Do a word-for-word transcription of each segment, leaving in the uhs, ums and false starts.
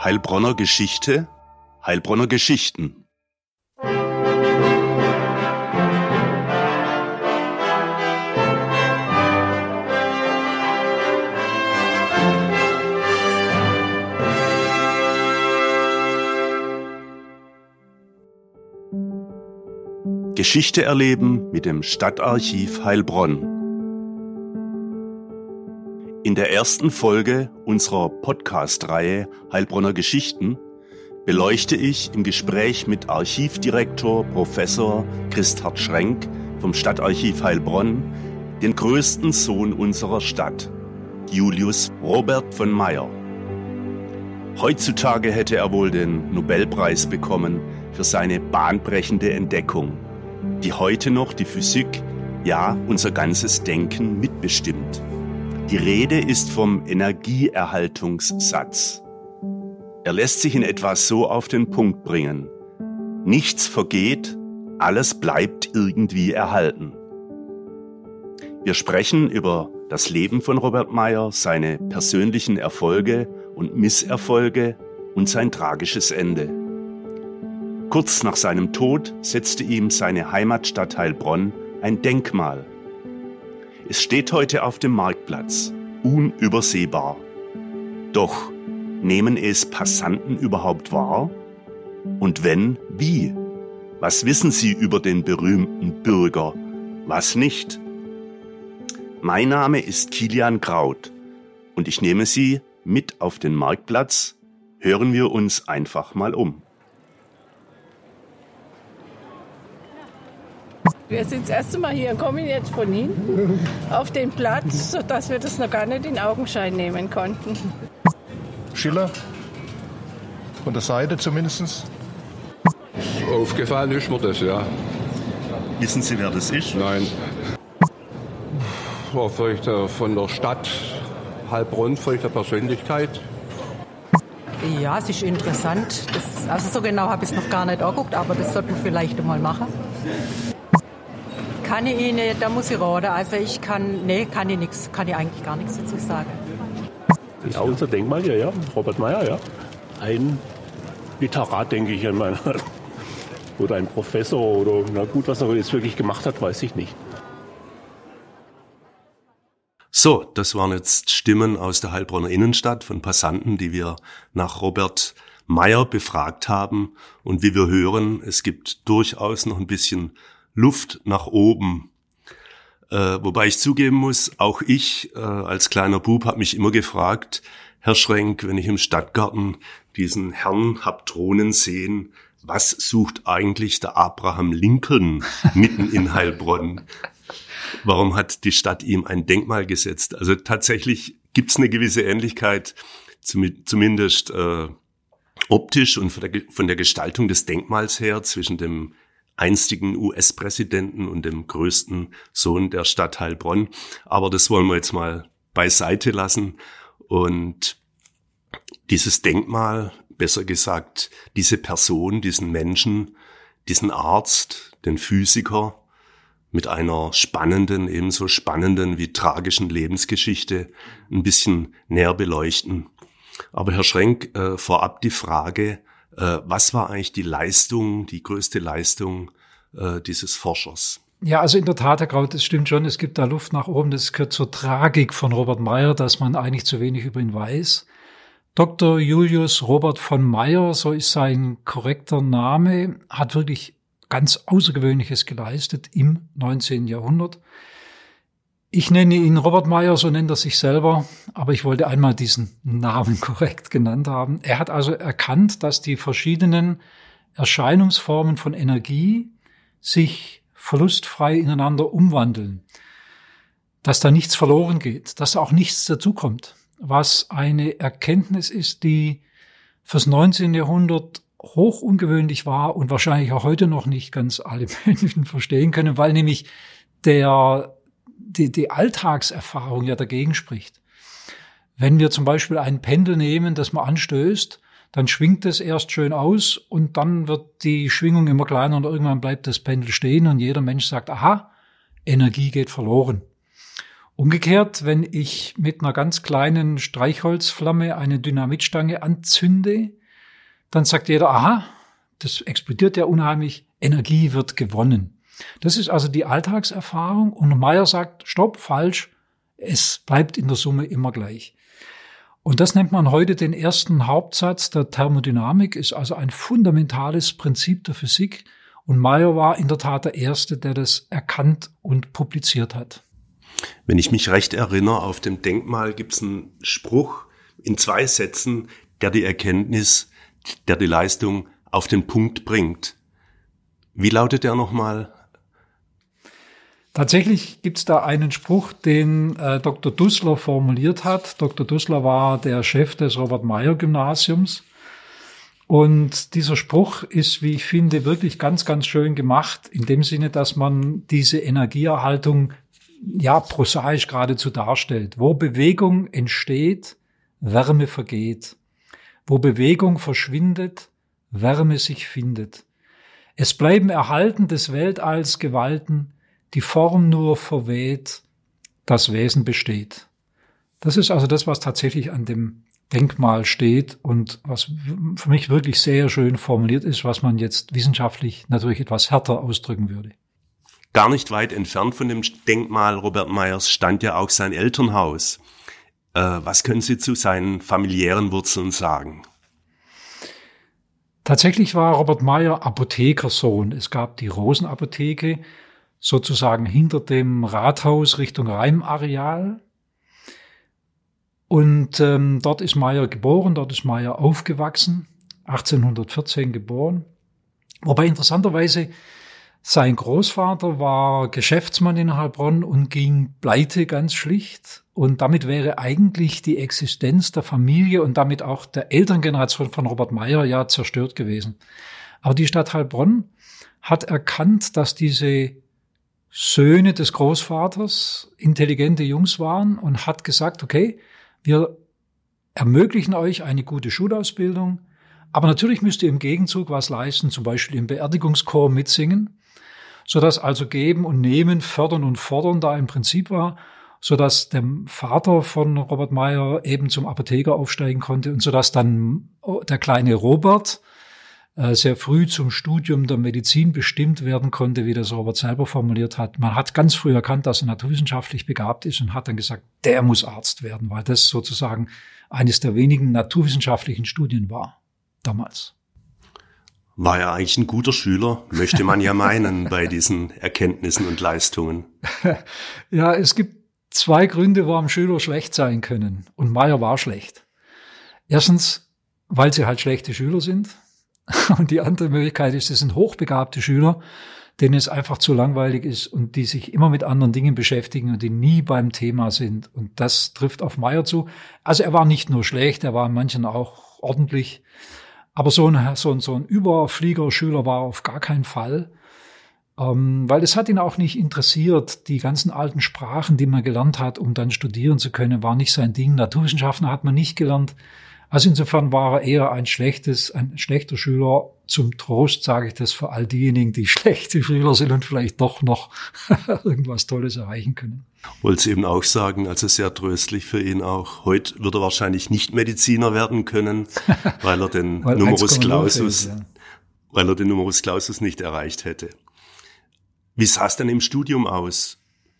Heilbronner Geschichte, Heilbronner Geschichten. Geschichte erleben mit dem Stadtarchiv Heilbronn. In der ersten Folge unserer Podcast-Reihe Heilbronner Geschichten beleuchte ich im Gespräch mit Archivdirektor Professor Christhard Schrenk vom Stadtarchiv Heilbronn den größten Sohn unserer Stadt, Julius Robert von Meyer. Heutzutage hätte er wohl den Nobelpreis bekommen für seine bahnbrechende Entdeckung, die heute noch die Physik, ja unser ganzes Denken mitbestimmt. Die Rede ist vom Energieerhaltungssatz. Er lässt sich in etwa so auf den Punkt bringen: Nichts vergeht, alles bleibt irgendwie erhalten. Wir sprechen über das Leben von Robert Meyer, seine persönlichen Erfolge und Misserfolge und sein tragisches Ende. Kurz nach seinem Tod setzte ihm seine Heimatstadt Heilbronn ein Denkmal. Es steht heute auf dem Marktplatz, unübersehbar. Doch nehmen es Passanten überhaupt wahr? Und wenn, wie? Was wissen sie über den berühmten Bürger? Was nicht? Mein Name ist Kilian Kraut und ich nehme Sie mit auf den Marktplatz. Hören wir uns einfach mal um. Wir sind das erste Mal hier und kommen jetzt von hinten auf den Platz, sodass wir das noch gar nicht in Augenschein nehmen konnten. Schiller, von der Seite zumindest. Aufgefallen ist mir das, ja. Wissen Sie, wer das ist? Nein. War vielleicht von der Stadt Heilbronn, vielleicht der Persönlichkeit. Ja, es ist interessant. Das, also so genau habe ich es noch gar nicht angeguckt, aber das sollten wir vielleicht mal machen. Kann ich Ihnen, da muss ich raten. Also ich kann, nee, kann ich nichts, kann ich eigentlich gar nichts dazu sagen. Ja, unser Denkmal hier, ja, Robert Meyer, ja. Ein Literat, denke ich, in meiner, oder ein Professor oder, na gut, was er jetzt wirklich gemacht hat, weiß ich nicht. So, das waren jetzt Stimmen aus der Heilbronner Innenstadt von Passanten, die wir nach Robert Meyer befragt haben. Und wie wir hören, es gibt durchaus noch ein bisschen Luft nach oben. Äh, wobei ich zugeben muss, auch ich äh, als kleiner Bub habe mich immer gefragt, Herr Schrenk, wenn ich im Stadtgarten diesen Herrn hab thronen sehen, was sucht eigentlich der Abraham Lincoln mitten in Heilbronn? Warum hat die Stadt ihm ein Denkmal gesetzt? Also tatsächlich gibt's eine gewisse Ähnlichkeit, zum, zumindest äh, optisch und von der, von der Gestaltung des Denkmals her zwischen dem einstigen U S-Präsidenten und dem größten Sohn der Stadt Heilbronn. Aber das wollen wir jetzt mal beiseite lassen. Und dieses Denkmal, besser gesagt, diese Person, diesen Menschen, diesen Arzt, den Physiker mit einer spannenden, ebenso spannenden wie tragischen Lebensgeschichte ein bisschen näher beleuchten. Aber Herr Schrenk, äh, vorab die Frage, was war eigentlich die Leistung, die größte Leistung äh, dieses Forschers? Ja, also in der Tat, Herr Kraut, das stimmt schon, es gibt da Luft nach oben. Das gehört zur Tragik von Robert Meyer, dass man eigentlich zu wenig über ihn weiß. Doktor Julius Robert von Meyer, so ist sein korrekter Name, hat wirklich ganz Außergewöhnliches geleistet im neunzehnten Jahrhundert. Ich nenne ihn Robert Meyer, so nennt er sich selber, aber ich wollte einmal diesen Namen korrekt genannt haben. Er hat also erkannt, dass die verschiedenen Erscheinungsformen von Energie sich verlustfrei ineinander umwandeln, dass da nichts verloren geht, dass da auch nichts dazukommt, was eine Erkenntnis ist, die fürs neunzehnte Jahrhundert hoch ungewöhnlich war und wahrscheinlich auch heute noch nicht ganz alle Menschen verstehen können, weil nämlich der Die, die Alltagserfahrung ja dagegen spricht. Wenn wir zum Beispiel ein Pendel nehmen, das man anstößt, dann schwingt es erst schön aus und dann wird die Schwingung immer kleiner und irgendwann bleibt das Pendel stehen und jeder Mensch sagt, aha, Energie geht verloren. Umgekehrt, wenn ich mit einer ganz kleinen Streichholzflamme eine Dynamitstange anzünde, dann sagt jeder, aha, das explodiert ja unheimlich, Energie wird gewonnen. Das ist also die Alltagserfahrung und Meyer sagt, stopp, falsch, es bleibt in der Summe immer gleich. Und das nennt man heute den ersten Hauptsatz der Thermodynamik, ist also ein fundamentales Prinzip der Physik und Meyer war in der Tat der Erste, der das erkannt und publiziert hat. Wenn ich mich recht erinnere, auf dem Denkmal gibt es einen Spruch in zwei Sätzen, der die Erkenntnis, der die Leistung auf den Punkt bringt. Wie lautet der nochmal? Tatsächlich gibt es da einen Spruch, den äh, Doktor Dussler formuliert hat. Doktor Dussler war der Chef des Robert-Meyer-Gymnasiums. Und dieser Spruch ist, wie ich finde, wirklich ganz, ganz schön gemacht, in dem Sinne, dass man diese Energieerhaltung ja prosaisch geradezu darstellt. Wo Bewegung entsteht, Wärme vergeht. Wo Bewegung verschwindet, Wärme sich findet. Es bleiben erhalten des Weltalls Gewalten, die Form nur verweht, das Wesen besteht. Das ist also das, was tatsächlich an dem Denkmal steht und was für mich wirklich sehr schön formuliert ist, was man jetzt wissenschaftlich natürlich etwas härter ausdrücken würde. Gar nicht weit entfernt von dem Denkmal Robert Meyers stand ja auch sein Elternhaus. Äh, was können Sie zu seinen familiären Wurzeln sagen? Tatsächlich war Robert Meyer Apothekersohn. Es gab die Rosenapotheke, sozusagen hinter dem Rathaus Richtung Reimareal. Und ähm, dort ist Meyer geboren, dort ist Meyer aufgewachsen, achtzehnhundertvierzehn geboren. Wobei interessanterweise sein Großvater war Geschäftsmann in Heilbronn und ging pleite ganz schlicht. Und damit wäre eigentlich die Existenz der Familie und damit auch der Elterngeneration von Robert Meyer ja zerstört gewesen. Aber die Stadt Heilbronn hat erkannt, dass diese Söhne des Großvaters intelligente Jungs waren und hat gesagt, okay, wir ermöglichen euch eine gute Schulausbildung, aber natürlich müsst ihr im Gegenzug was leisten, zum Beispiel im Beerdigungschor mitsingen, sodass also Geben und Nehmen, Fördern und Fordern da im Prinzip war, sodass der Vater von Robert Meyer eben zum Apotheker aufsteigen konnte und sodass dann der kleine Robert sehr früh zum Studium der Medizin bestimmt werden konnte, wie das Robert selber formuliert hat. Man hat ganz früh erkannt, dass er naturwissenschaftlich begabt ist und hat dann gesagt, der muss Arzt werden, weil das sozusagen eines der wenigen naturwissenschaftlichen Studien war damals. War ja eigentlich ein guter Schüler, möchte man ja meinen, bei diesen Erkenntnissen und Leistungen. Ja, es gibt zwei Gründe, warum Schüler schlecht sein können. Und Meyer war schlecht. Erstens, weil sie halt schlechte Schüler sind. Und die andere Möglichkeit ist, es sind hochbegabte Schüler, denen es einfach zu langweilig ist und die sich immer mit anderen Dingen beschäftigen und die nie beim Thema sind. Und das trifft auf Meyer zu. Also er war nicht nur schlecht, er war in manchen auch ordentlich. Aber so ein, so ein, so ein Überflieger-Schüler war er auf gar keinen Fall. Ähm, weil es hat ihn auch nicht interessiert. Die ganzen alten Sprachen, die man gelernt hat, um dann studieren zu können, war nicht sein Ding. Naturwissenschaften hat man nicht gelernt. Also insofern war er eher ein schlechtes, ein schlechter Schüler. Zum Trost sage ich das für all diejenigen, die schlechte Schüler sind und vielleicht doch noch irgendwas Tolles erreichen können. Wollte es eben auch sagen, also sehr tröstlich für ihn auch. Heute wird er wahrscheinlich nicht Mediziner werden können, weil er den weil Numerus Clausus, ist, ja. weil er den Numerus Clausus nicht erreicht hätte. Wie sah es denn im Studium aus?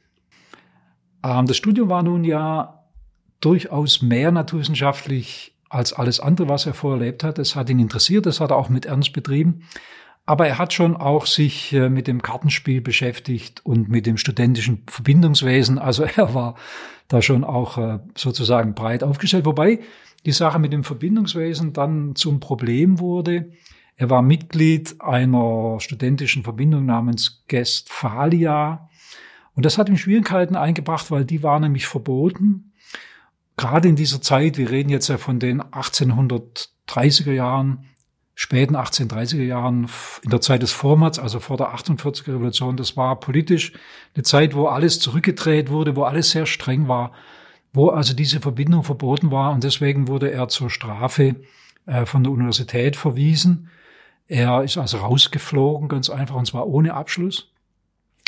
Ähm, das Studium war nun ja durchaus mehr naturwissenschaftlich als alles andere, was er vorher erlebt hat. Das hat ihn interessiert, das hat er auch mit Ernst betrieben. Aber er hat schon auch sich mit dem Kartenspiel beschäftigt und mit dem studentischen Verbindungswesen. Also er war da schon auch sozusagen breit aufgestellt. Wobei die Sache mit dem Verbindungswesen dann zum Problem wurde. Er war Mitglied einer studentischen Verbindung namens Guestphalia. Und das hat ihm Schwierigkeiten eingebracht, weil die war nämlich verboten. Gerade in dieser Zeit, wir reden jetzt ja von den achtzehnhundertdreißiger Jahren, späten achtzehnhundertdreißiger Jahren, in der Zeit des Vormärz, also vor der achtundvierziger Revolution, das war politisch eine Zeit, wo alles zurückgedreht wurde, wo alles sehr streng war, wo also diese Verbindung verboten war und deswegen wurde er zur Strafe äh, von der Universität verwiesen. Er ist also rausgeflogen, ganz einfach, und zwar ohne Abschluss.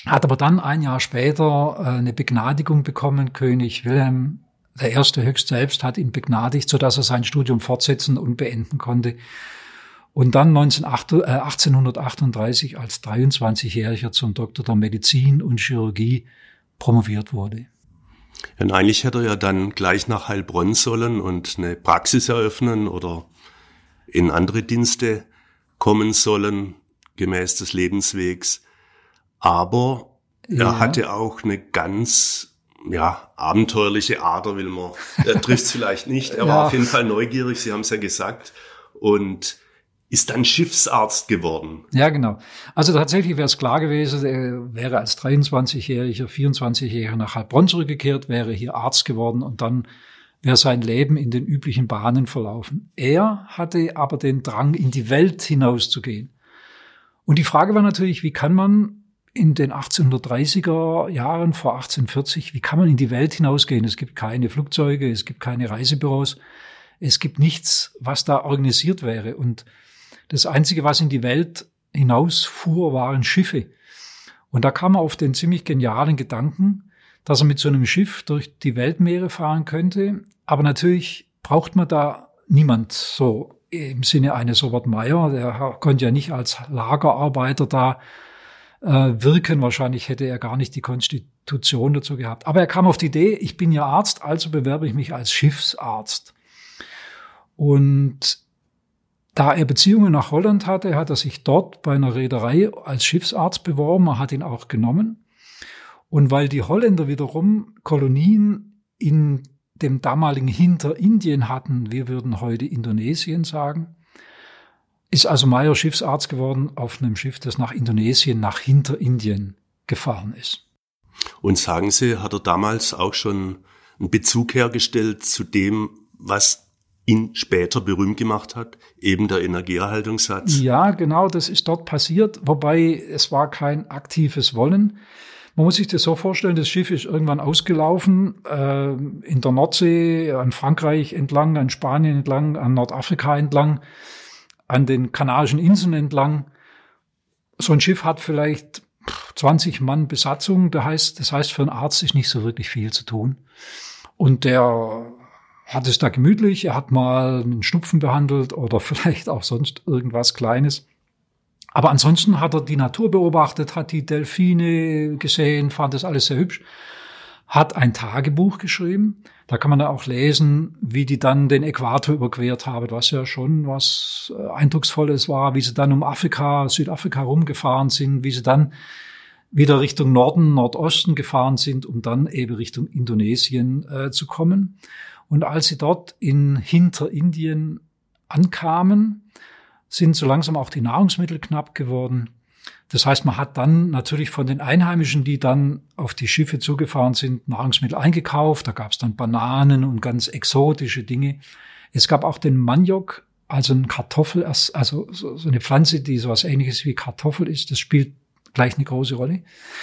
hat aber dann ein Jahr später eine Begnadigung bekommen. König Wilhelm der Erste höchst selbst hat ihn begnadigt, sodass er sein Studium fortsetzen und beenden konnte. Und dann achtzehnhundertachtunddreißig als dreiundzwanzigjähriger zum Doktor der Medizin und Chirurgie promoviert wurde. Und eigentlich hätte er ja dann gleich nach Heilbronn sollen und eine Praxis eröffnen oder in andere Dienste kommen sollen, gemäß des Lebenswegs. Aber ja. er hatte auch eine ganz ja abenteuerliche Ader, will man. Er trifft es vielleicht nicht. Er ja. war auf jeden Fall neugierig, Sie haben es ja gesagt. Und ist dann Schiffsarzt geworden. Ja, genau. Also tatsächlich wäre es klar gewesen, er wäre als dreiundzwanzigjähriger, vierundzwanzigjähriger nach Heilbronn zurückgekehrt, wäre hier Arzt geworden und dann wäre sein Leben in den üblichen Bahnen verlaufen. Er hatte aber den Drang, in die Welt hinauszugehen. Und die Frage war natürlich, wie kann man in den achtzehnhundertdreißiger Jahren, vor achtzehnhundertvierzig, wie kann man in die Welt hinausgehen? Es gibt keine Flugzeuge, es gibt keine Reisebüros, es gibt nichts, was da organisiert wäre. Und das Einzige, was in die Welt hinausfuhr, waren Schiffe. Und da kam er auf den ziemlich genialen Gedanken, dass er mit so einem Schiff durch die Weltmeere fahren könnte. Aber natürlich braucht man da niemand so im Sinne eines Robert Meyer. Der konnte ja nicht als Lagerarbeiter da äh, wirken. Wahrscheinlich hätte er gar nicht die Konstitution dazu gehabt. Aber er kam auf die Idee, ich bin ja Arzt, also bewerbe ich mich als Schiffsarzt. Und da er Beziehungen nach Holland hatte, hat er sich dort bei einer Reederei als Schiffsarzt beworben. Er hat ihn auch genommen. Und weil die Holländer wiederum Kolonien in dem damaligen Hinterindien hatten, wir würden heute Indonesien sagen, ist also Meyer Schiffsarzt geworden auf einem Schiff, das nach Indonesien, nach Hinterindien gefahren ist. Und sagen Sie, hat er damals auch schon einen Bezug hergestellt zu dem, was ihn später berühmt gemacht hat, eben der Energieerhaltungssatz? Ja, genau, das ist dort passiert, wobei es war kein aktives Wollen. Man muss sich das so vorstellen, das Schiff ist irgendwann ausgelaufen, äh, in der Nordsee, an Frankreich entlang, an Spanien entlang, an Nordafrika entlang, an den Kanarischen Inseln entlang. So ein Schiff hat vielleicht zwanzig Mann Besatzung, das heißt, das heißt, für einen Arzt ist nicht so wirklich viel zu tun. Und der hat es da gemütlich, er hat mal einen Schnupfen behandelt oder vielleicht auch sonst irgendwas Kleines. Aber ansonsten hat er die Natur beobachtet, hat die Delfine gesehen, fand das alles sehr hübsch, hat ein Tagebuch geschrieben. Da kann man dann auch lesen, wie die dann den Äquator überquert haben, was ja schon was Eindrucksvolles war, wie sie dann um Afrika, Südafrika rumgefahren sind, wie sie dann wieder Richtung Norden, Nordosten gefahren sind, um dann eben Richtung Indonesien äh, zu kommen. Und als sie dort in Hinterindien ankamen, sind so langsam auch die Nahrungsmittel knapp geworden. Das heißt, man hat dann natürlich von den Einheimischen, die dann auf die Schiffe zugefahren sind, Nahrungsmittel eingekauft. Da gab es dann Bananen und ganz exotische Dinge. Es gab auch den Maniok, also ein Kartoffel, also so eine Pflanze, die so was Ähnliches wie Kartoffel ist. Das spielt gleich eine große Rolle.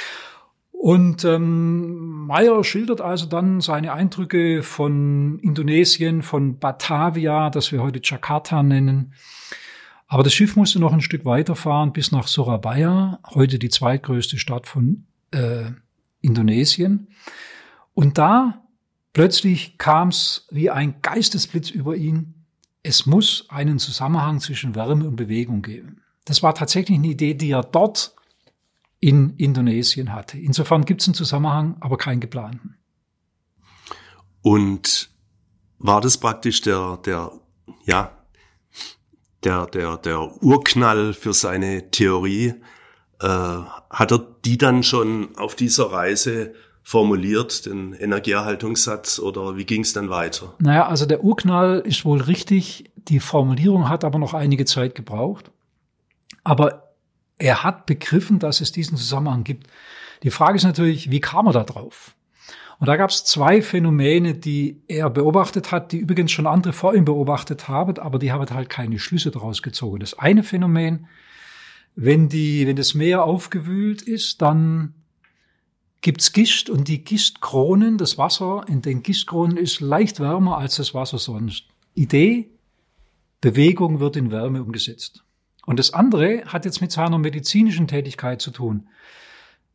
Und ähm, Meyer schildert also dann seine Eindrücke von Indonesien, von Batavia, das wir heute Jakarta nennen. Aber das Schiff musste noch ein Stück weiterfahren bis nach Surabaya, heute die zweitgrößte Stadt von äh, Indonesien. Und da plötzlich kam es wie ein Geistesblitz über ihn. Es muss einen Zusammenhang zwischen Wärme und Bewegung geben. Das war tatsächlich eine Idee, die er dort in Indonesien hatte. Insofern gibt es einen Zusammenhang, aber keinen geplanten. Und war das praktisch der, der, ja, der, der, der Urknall für seine Theorie? Äh, hat er die dann schon auf dieser Reise formuliert, den Energieerhaltungssatz, oder wie ging es dann weiter? Naja, also der Urknall ist wohl richtig. Die Formulierung hat aber noch einige Zeit gebraucht. Aber er hat begriffen, dass es diesen Zusammenhang gibt. Die Frage ist natürlich, wie kam er da drauf? Und da gab es zwei Phänomene, die er beobachtet hat, die übrigens schon andere vor ihm beobachtet haben, aber die haben halt keine Schlüsse daraus gezogen. Das eine Phänomen, wenn die, wenn das Meer aufgewühlt ist, dann gibt's Gischt und die Gistkronen, das Wasser in den Gistkronen ist leicht wärmer als das Wasser sonst. Idee, Bewegung wird in Wärme umgesetzt. Und das andere hat jetzt mit seiner medizinischen Tätigkeit zu tun.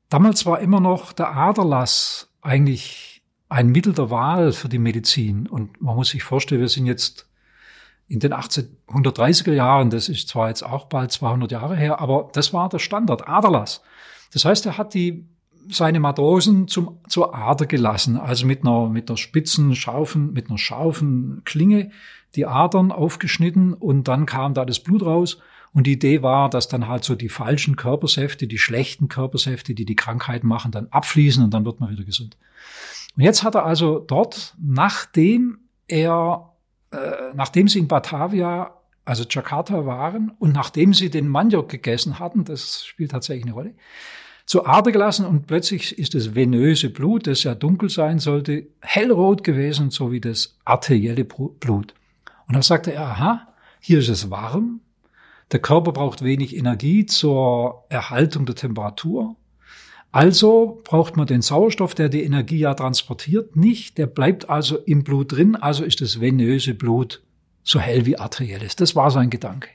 damals war immer noch der Aderlass eigentlich ein Mittel der Wahl für die Medizin. Und man muss sich vorstellen, wir sind jetzt in den achtzehnhundertdreißiger Jahren, das ist zwar jetzt auch bald zweihundert Jahre her, aber das war der Standard, Aderlass. Das heißt, er hat die seine Matrosen zum, zur Ader gelassen, also mit einer, mit einer spitzen, scharfen, mit einer scharfen Klinge die Adern aufgeschnitten und dann kam da das Blut raus. Und die Idee war, dass dann halt so die falschen Körpersäfte, die schlechten Körpersäfte, die die Krankheit machen, dann abfließen und dann wird man wieder gesund. Und jetzt hat er also dort, nachdem er, äh, nachdem sie in Batavia, also Jakarta waren und nachdem sie den Maniok gegessen hatten, das spielt tatsächlich eine Rolle, zur Ader gelassen und plötzlich ist das venöse Blut, das ja dunkel sein sollte, hellrot gewesen, so wie das arterielle Blut. Und da sagte er, aha, hier ist es warm, der Körper braucht wenig Energie zur Erhaltung der Temperatur, also braucht man den Sauerstoff, der die Energie ja transportiert, nicht, der bleibt also im Blut drin, also ist das venöse Blut so hell wie arterielles. Das war sein Gedanke.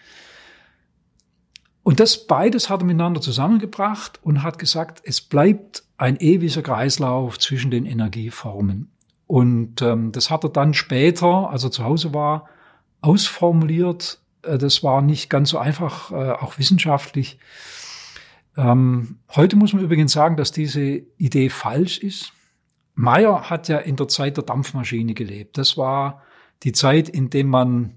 Und das beides hat er miteinander zusammengebracht und hat gesagt, es bleibt ein ewiger Kreislauf zwischen den Energieformen. Und ähm, das hat er dann später, als er zu Hause war, ausformuliert. Äh, das war nicht ganz so einfach, äh, auch wissenschaftlich. Ähm, heute muss man übrigens sagen, dass diese Idee falsch ist. Meyer hat ja in der Zeit der Dampfmaschine gelebt. Das war die Zeit, in der man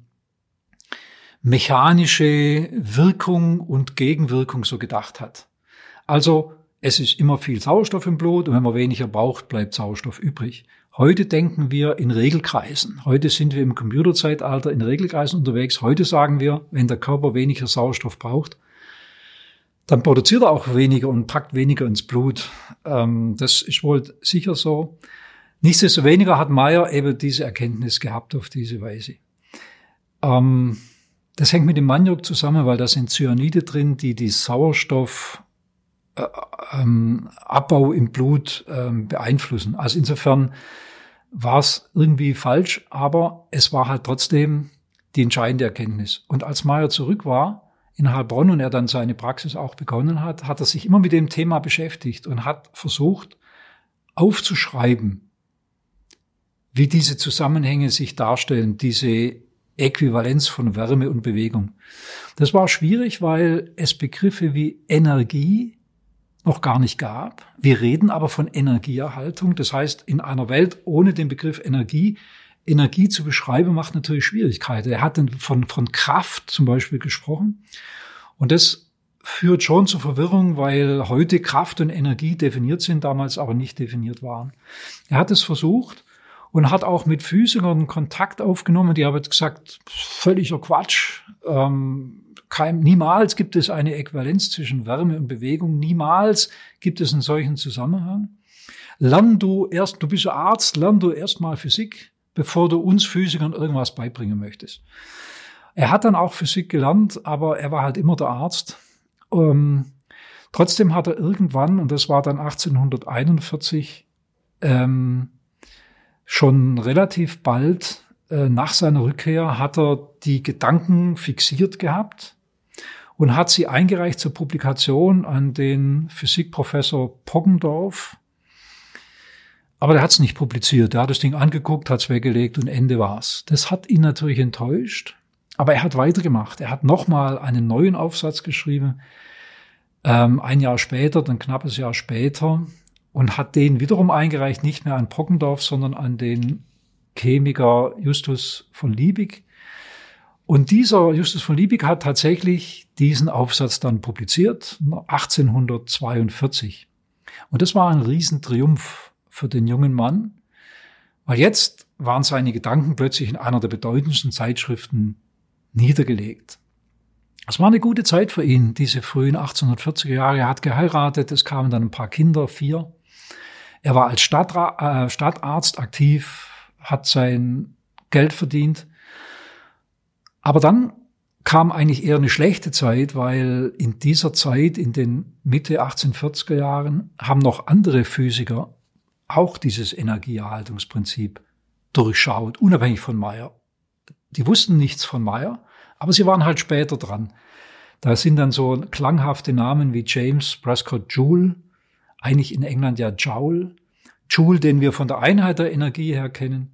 mechanische Wirkung und Gegenwirkung so gedacht hat. Also es ist immer viel Sauerstoff im Blut und wenn man weniger braucht, bleibt Sauerstoff übrig. Heute denken wir in Regelkreisen. Heute sind wir im Computerzeitalter in Regelkreisen unterwegs. Heute sagen wir, wenn der Körper weniger Sauerstoff braucht, dann produziert er auch weniger und packt weniger ins Blut. Ähm, das ist wohl sicher so. Nichtsdestoweniger hat Meyer eben diese Erkenntnis gehabt auf diese Weise. Ähm, Das hängt mit dem Maniok zusammen, weil da sind Cyanide drin, die die Sauerstoffabbau äh, ähm, im Blut ähm, beeinflussen. Also insofern war es irgendwie falsch, aber es war halt trotzdem die entscheidende Erkenntnis. Und als Meyer zurück war in Heilbronn und er dann seine Praxis auch begonnen hat, hat er sich immer mit dem Thema beschäftigt und hat versucht aufzuschreiben, wie diese Zusammenhänge sich darstellen, diese Äquivalenz von Wärme und Bewegung. Das war schwierig, weil es Begriffe wie Energie noch gar nicht gab. Wir reden aber von Energieerhaltung. Das heißt, in einer Welt ohne den Begriff Energie, Energie zu beschreiben, macht natürlich Schwierigkeiten. Er hat dann von, von Kraft zum Beispiel gesprochen. Und das führt schon zur Verwirrung, weil heute Kraft und Energie definiert sind, damals aber nicht definiert waren. Er hat es versucht und hat auch mit Physikern Kontakt aufgenommen. Die haben gesagt, völliger Quatsch. Ähm, kein, niemals gibt es eine Äquivalenz zwischen Wärme und Bewegung. Niemals gibt es einen solchen Zusammenhang. Lern du erst, du bist Arzt, lern du erst mal Physik, bevor du uns Physikern irgendwas beibringen möchtest. Er hat dann auch Physik gelernt, aber er war halt immer der Arzt. Ähm, trotzdem hat er irgendwann, und das war dann achtzehnhunderteinundvierzig, ähm, schon relativ bald äh, nach seiner Rückkehr hat er die Gedanken fixiert gehabt und hat sie eingereicht zur Publikation an den Physikprofessor Poggendorff. Aber der hat es nicht publiziert. Der hat das Ding angeguckt, hat es weggelegt und Ende war's. Das hat ihn natürlich enttäuscht. Aber er hat weitergemacht. Er hat nochmal einen neuen Aufsatz geschrieben, ähm, ein Jahr später, ein knappes Jahr später, und hat den wiederum eingereicht, nicht mehr an Poggendorff, sondern an den Chemiker Justus von Liebig. Und dieser Justus von Liebig hat tatsächlich diesen Aufsatz dann publiziert, achtzehnhundertzweiundvierzig. Und das war ein Riesentriumph für den jungen Mann, weil jetzt waren seine Gedanken plötzlich in einer der bedeutendsten Zeitschriften niedergelegt. Es war eine gute Zeit für ihn, diese frühen achtzehnhundertvierziger Jahre. Er hat geheiratet, es kamen dann ein paar Kinder, vier. Er war als Stadtra- äh, Stadtarzt aktiv, hat sein Geld verdient. Aber dann kam eigentlich eher eine schlechte Zeit, weil in dieser Zeit, in den Mitte achtzehnhundertvierziger Jahren, haben noch andere Physiker auch dieses Energieerhaltungsprinzip durchschaut, unabhängig von Meyer. Die wussten nichts von Meyer, aber sie waren halt später dran. Da sind dann so klanghafte Namen wie James Prescott Joule, eigentlich in England ja Joule, Joule, den wir von der Einheit der Energie her kennen,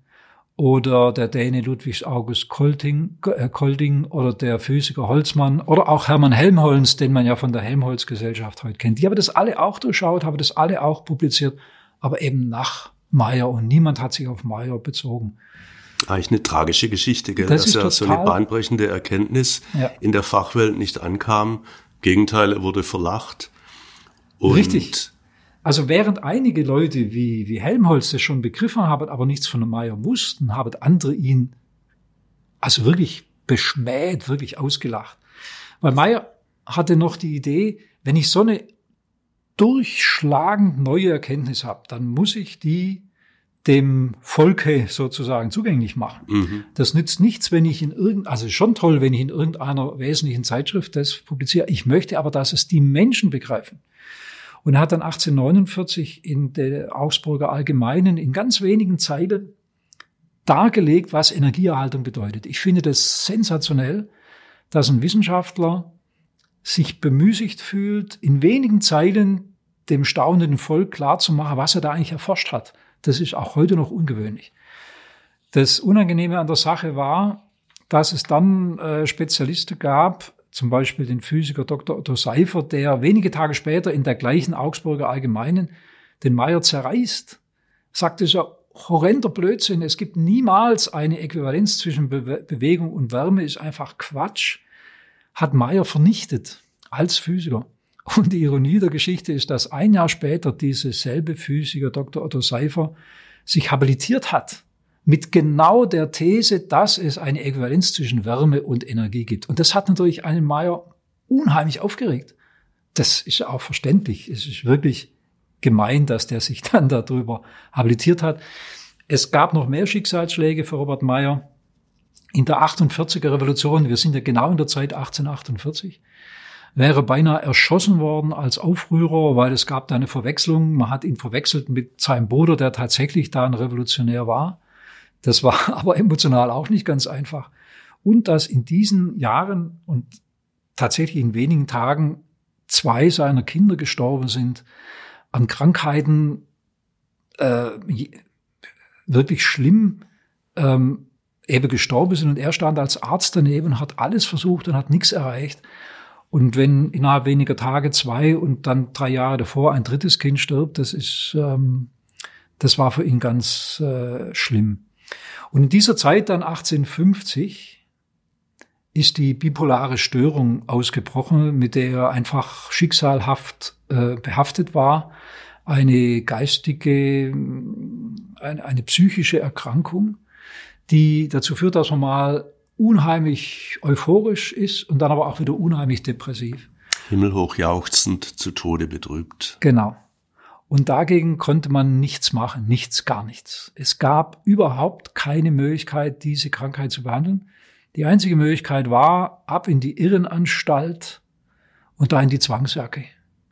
oder der Däne Ludwig August Kolding, äh, Kolding oder der Physiker Holzmann oder auch Hermann Helmholtz, den man ja von der Helmholtz-Gesellschaft heute kennt. Die haben das alle auch durchschaut, haben das alle auch publiziert, aber eben nach Mayer, und niemand hat sich auf Mayer bezogen. Eigentlich eine tragische Geschichte, gell? Das dass ist ja so eine bahnbrechende Erkenntnis ja. in der Fachwelt nicht ankam. Im Gegenteil, er wurde verlacht. Und richtig. Also während einige Leute wie, wie Helmholtz das schon begriffen haben, aber nichts von Mayer wussten, haben andere ihn also wirklich beschmäht, wirklich ausgelacht. Weil Mayer hatte noch die Idee, wenn ich so eine durchschlagend neue Erkenntnis habe, dann muss ich die dem Volke sozusagen zugänglich machen. Mhm. Das nützt nichts, wenn ich in irgend, also schon toll, wenn ich in irgendeiner wesentlichen Zeitschrift das publiziere. Ich möchte aber, dass es die Menschen begreifen. Und er hat dann achtzehnhundertneunundvierzig in der Augsburger Allgemeinen in ganz wenigen Zeilen dargelegt, was Energieerhaltung bedeutet. Ich finde das sensationell, dass ein Wissenschaftler sich bemüßigt fühlt, in wenigen Zeilen dem staunenden Volk klarzumachen, was er da eigentlich erforscht hat. Das ist auch heute noch ungewöhnlich. Das Unangenehme an der Sache war, dass es dann äh, Spezialisten gab, zum Beispiel den Physiker Doktor Otto Seifer, der wenige Tage später in der gleichen Augsburger Allgemeinen den Mayer zerreißt, sagte so, horrender Blödsinn, es gibt niemals eine Äquivalenz zwischen Be- Bewegung und Wärme, ist einfach Quatsch, hat Mayer vernichtet als Physiker. Und die Ironie der Geschichte ist, dass ein Jahr später dieser selbe Physiker Doktor Otto Seifer sich habilitiert hat mit genau der These, dass es eine Äquivalenz zwischen Wärme und Energie gibt. Und das hat natürlich einen Mayer unheimlich aufgeregt. Das ist auch verständlich. Es ist wirklich gemein, dass der sich dann darüber habilitiert hat. Es gab noch mehr Schicksalsschläge für Robert Mayer. In der achtundvierziger Revolution, wir sind ja genau in der Zeit achtzehnhundertachtundvierzig, wäre beinahe erschossen worden als Aufrührer, weil es gab da eine Verwechslung. Man hat ihn verwechselt mit seinem Bruder, der tatsächlich da ein Revolutionär war. Das war aber emotional auch nicht ganz einfach. Und dass in diesen Jahren und tatsächlich in wenigen Tagen zwei seiner Kinder gestorben sind an Krankheiten, äh, wirklich schlimm, ähm, eben gestorben sind. Und er stand als Arzt daneben, hat alles versucht und hat nichts erreicht. Und wenn innerhalb weniger Tage zwei und dann drei Jahre davor ein drittes Kind stirbt, das ist, ähm, das war für ihn ganz äh, schlimm. Und in dieser Zeit dann achtzehnhundertfünfzig ist die bipolare Störung ausgebrochen, mit der er einfach schicksalhaft äh, behaftet war. Eine geistige, eine, eine psychische Erkrankung, die dazu führt, dass man mal unheimlich euphorisch ist und dann aber auch wieder unheimlich depressiv. Himmelhoch jauchzend, zu Tode betrübt. Genau. Und dagegen konnte man nichts machen, nichts, gar nichts. Es gab überhaupt keine Möglichkeit, diese Krankheit zu behandeln. Die einzige Möglichkeit war, ab in die Irrenanstalt und da in die Zwangsjacke.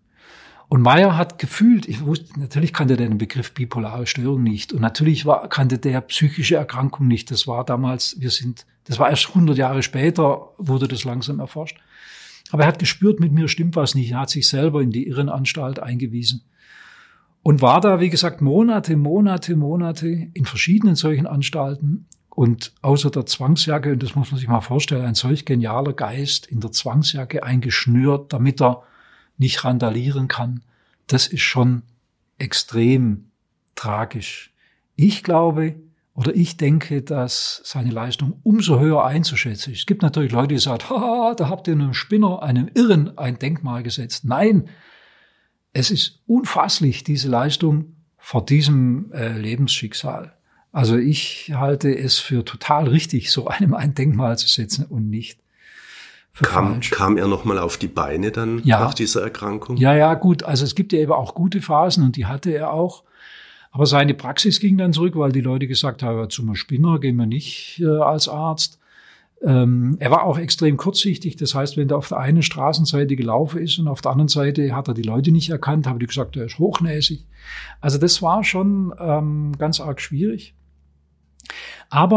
Und Mayer hat gefühlt, ich wusste, natürlich kannte der den Begriff bipolare Störung nicht. Und natürlich war, kannte der psychische Erkrankung nicht. Das war damals, wir sind, das war erst hundert Jahre später, wurde das langsam erforscht. Aber er hat gespürt, mit mir stimmt was nicht. Er hat sich selber in die Irrenanstalt eingewiesen. Und war da, wie gesagt, Monate, Monate, Monate in verschiedenen solchen Anstalten. Und außer der Zwangsjacke, und das muss man sich mal vorstellen, ein solch genialer Geist in der Zwangsjacke eingeschnürt, damit er nicht randalieren kann, das ist schon extrem tragisch. Ich glaube oder ich denke, dass seine Leistung umso höher einzuschätzen ist. Es gibt natürlich Leute, die sagen, haha, da habt ihr einem Spinner, einem Irren ein Denkmal gesetzt. Nein, es ist unfasslich, diese Leistung vor diesem äh, Lebensschicksal. Also ich halte es für total richtig, so einem ein Denkmal zu setzen und nicht für kam, falsch. Kam er nochmal auf die Beine dann ja. nach dieser Erkrankung? Ja, ja, gut. Also es gibt ja eben auch gute Phasen und die hatte er auch. Aber seine Praxis ging dann zurück, weil die Leute gesagt haben, zum Spinner gehen wir nicht äh, als Arzt. Ähm, er war auch extrem kurzsichtig. Das heißt, wenn der auf der einen Straßenseite gelaufen ist und auf der anderen Seite hat er die Leute nicht erkannt, haben die gesagt, er ist hochnäsig. Also das war schon ähm, ganz arg schwierig. Aber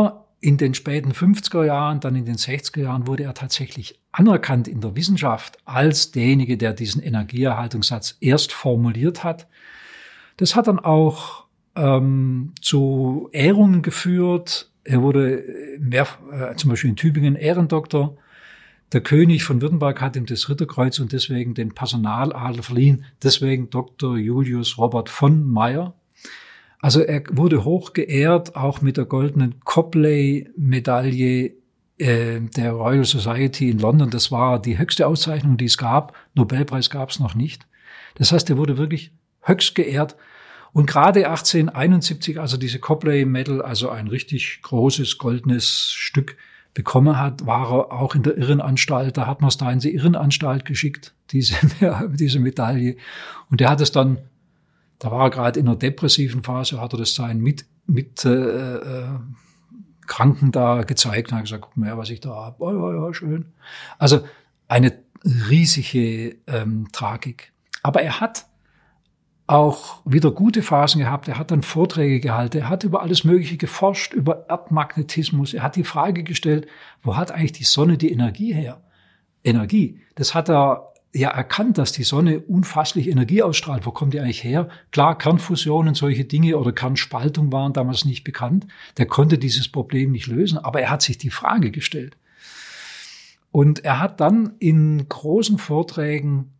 in den späten fünfziger Jahren, dann in den sechziger Jahren wurde er tatsächlich anerkannt in der Wissenschaft als derjenige, der diesen Energieerhaltungssatz erst formuliert hat. Das hat dann auch ähm, zu Ehrungen geführt. Er wurde mehr, äh, zum Beispiel in Tübingen Ehrendoktor. Der König von Württemberg hat ihm das Ritterkreuz und deswegen den Personaladel verliehen. Deswegen Doktor Julius Robert von Mayer. Also er wurde hoch geehrt, auch mit der goldenen Copley-Medaille äh, der Royal Society in London. Das war die höchste Auszeichnung, die es gab. Nobelpreis gab es noch nicht. Das heißt, er wurde wirklich höchst geehrt. Und gerade achtzehnhunderteinundsiebzig, also diese Copley-Medal, also ein richtig großes goldenes Stück bekommen hat, war er auch in der Irrenanstalt. Da hat man es da in die Irrenanstalt geschickt, diese, diese Medaille. Und er hat es dann, da war er gerade in einer depressiven Phase, hat er das seinen mit, mit äh, äh, Kranken da gezeigt und hat gesagt, guck mal her, was ich da habe. Oh, ja, ja, schön. Also eine riesige ähm, Tragik. Aber er hat auch wieder gute Phasen gehabt. Er hat dann Vorträge gehalten. Er hat über alles Mögliche geforscht, über Erdmagnetismus. Er hat die Frage gestellt, wo hat eigentlich die Sonne die Energie her? Energie. Das hat er ja erkannt, dass die Sonne unfasslich Energie ausstrahlt. Wo kommt die eigentlich her? Klar, Kernfusion und solche Dinge oder Kernspaltung waren damals nicht bekannt. Der konnte dieses Problem nicht lösen, aber er hat sich die Frage gestellt. Und er hat dann in großen Vorträgen,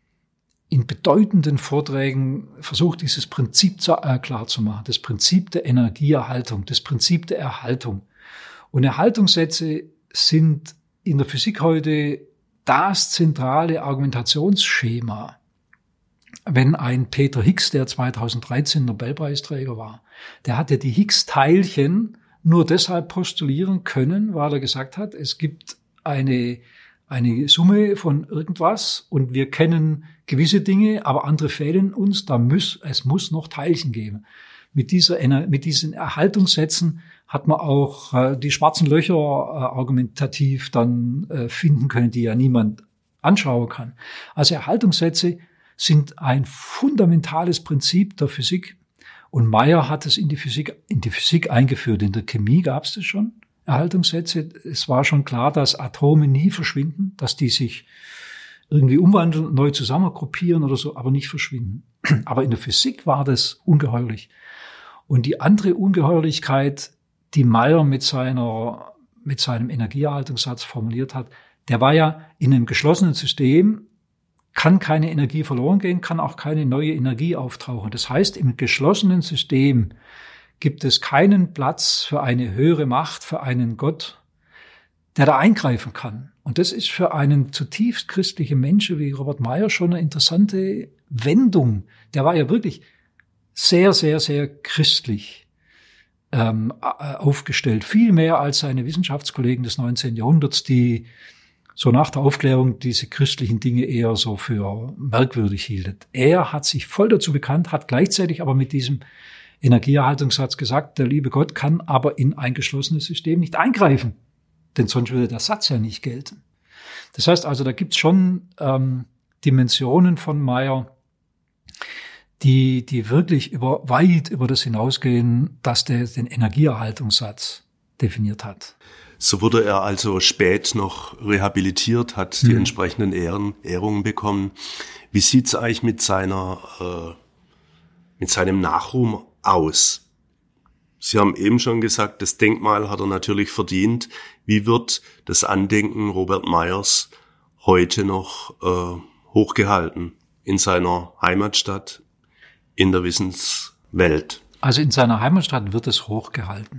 in bedeutenden Vorträgen versucht, dieses Prinzip zu, äh, klar zu machen. Das Prinzip der Energieerhaltung, das Prinzip der Erhaltung. Und Erhaltungssätze sind in der Physik heute das zentrale Argumentationsschema. Wenn ein Peter Higgs, der zweitausenddreizehn Nobelpreisträger war, der hatte die Higgs-Teilchen nur deshalb postulieren können, weil er gesagt hat, es gibt eine, eine Summe von irgendwas und wir kennen gewisse Dinge, aber andere fehlen uns, da muss, es muss noch Teilchen geben. Mit dieser, mit diesen Erhaltungssätzen hat man auch äh, die schwarzen Löcher äh, argumentativ dann äh, finden können, die ja niemand anschauen kann. Also Erhaltungssätze sind ein fundamentales Prinzip der Physik. Und Mayer hat es in die Physik, in die Physik eingeführt. In der Chemie gab es das schon, Erhaltungssätze. Es war schon klar, dass Atome nie verschwinden, dass die sich irgendwie umwandeln, neu zusammengruppieren oder so, aber nicht verschwinden. Aber in der Physik war das ungeheuerlich. Und die andere Ungeheuerlichkeit, die Mayer mit seiner, mit seinem Energieerhaltungssatz formuliert hat, der war ja in einem geschlossenen System, kann keine Energie verloren gehen, kann auch keine neue Energie auftauchen. Das heißt, im geschlossenen System gibt es keinen Platz für eine höhere Macht, für einen Gott, der da eingreifen kann. Und das ist für einen zutiefst christlichen Menschen wie Robert Mayer schon eine interessante Wendung. Der war ja wirklich sehr, sehr, sehr christlich ähm, aufgestellt. Viel mehr als seine Wissenschaftskollegen des neunzehnten Jahrhunderts, die so nach der Aufklärung diese christlichen Dinge eher so für merkwürdig hielten. Er hat sich voll dazu bekannt, hat gleichzeitig aber mit diesem Energieerhaltungssatz gesagt, der liebe Gott kann aber in ein geschlossenes System nicht eingreifen. Denn sonst würde der Satz ja nicht gelten. Das heißt also, da gibt's schon ähm, Dimensionen von Mayer, die, die wirklich über, weit über das hinausgehen, dass der den Energieerhaltungssatz definiert hat. So wurde er also spät noch rehabilitiert, hat die hm. entsprechenden Ehren, Ehrungen bekommen. Wie sieht's eigentlich mit seiner, äh, mit seinem Nachruhm aus? Sie haben eben schon gesagt, das Denkmal hat er natürlich verdient. Wie wird das Andenken Robert Mayers heute noch äh, hochgehalten in seiner Heimatstadt, in der Wissenswelt? Also in seiner Heimatstadt wird es hochgehalten.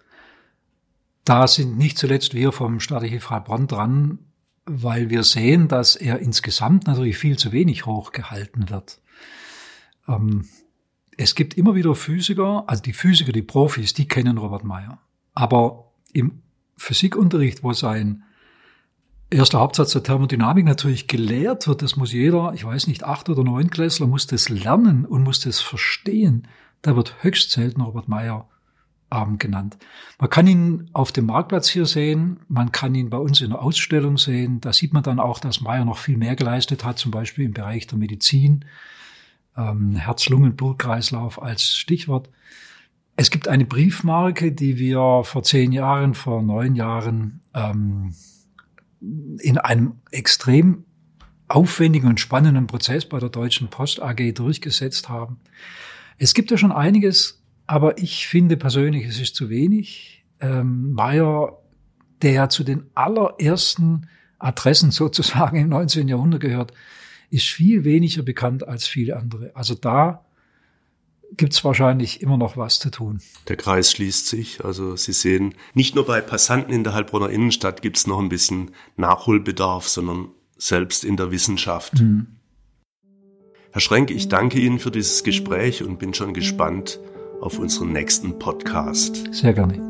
Da sind nicht zuletzt wir vom Stadtarchiv Heilbronn dran, weil wir sehen, dass er insgesamt natürlich viel zu wenig hochgehalten wird. Ähm, Es gibt immer wieder Physiker, also die Physiker, die Profis, die kennen Robert Mayer. Aber im Physikunterricht, wo sein erster Hauptsatz der Thermodynamik natürlich gelehrt wird, das muss jeder, ich weiß nicht, Acht- oder Neunklässler muss das lernen und muss das verstehen. Da wird höchst selten Robert Mayer ähm, genannt. Man kann ihn auf dem Marktplatz hier sehen, man kann ihn bei uns in der Ausstellung sehen. Da sieht man dann auch, dass Mayer noch viel mehr geleistet hat, zum Beispiel im Bereich der Medizin. Herz-Lungen-Blutkreislauf als Stichwort. Es gibt eine Briefmarke, die wir vor zehn Jahren, vor neun Jahren ähm, in einem extrem aufwendigen und spannenden Prozess bei der Deutschen Post A G durchgesetzt haben. Es gibt ja schon einiges, aber ich finde persönlich, es ist zu wenig. Ähm, Meyer, der ja zu den allerersten Adressen sozusagen im neunzehnten Jahrhundert gehört, ist viel weniger bekannt als viele andere. Also da gibt's wahrscheinlich immer noch was zu tun. Der Kreis schließt sich. Also Sie sehen, nicht nur bei Passanten in der Heilbronner Innenstadt gibt's noch ein bisschen Nachholbedarf, sondern selbst in der Wissenschaft. Mhm. Herr Schrenk, ich danke Ihnen für dieses Gespräch und bin schon gespannt auf unseren nächsten Podcast. Sehr gerne.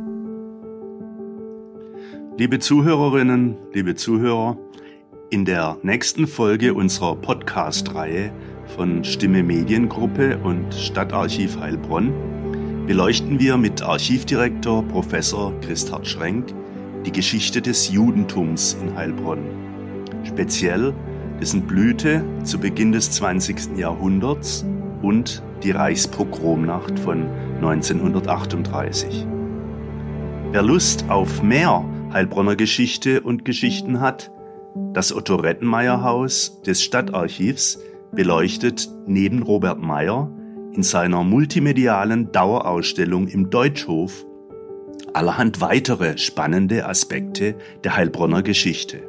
Liebe Zuhörerinnen, liebe Zuhörer, in der nächsten Folge unserer Podcast-Reihe von Stimme Mediengruppe und Stadtarchiv Heilbronn beleuchten wir mit Archivdirektor Professor Christhard Schrenk die Geschichte des Judentums in Heilbronn, speziell dessen Blüte zu Beginn des zwanzigsten Jahrhunderts und die Reichspogromnacht von neunzehnhundertachtunddreißig. Wer Lust auf mehr Heilbronner Geschichte und Geschichten hat, das Otto-Rettenmeier-Haus des Stadtarchivs beleuchtet neben Robert Meyer in seiner multimedialen Dauerausstellung im Deutschhof allerhand weitere spannende Aspekte der Heilbronner Geschichte.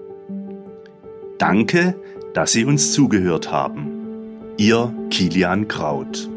Danke, dass Sie uns zugehört haben. Ihr Kilian Kraut.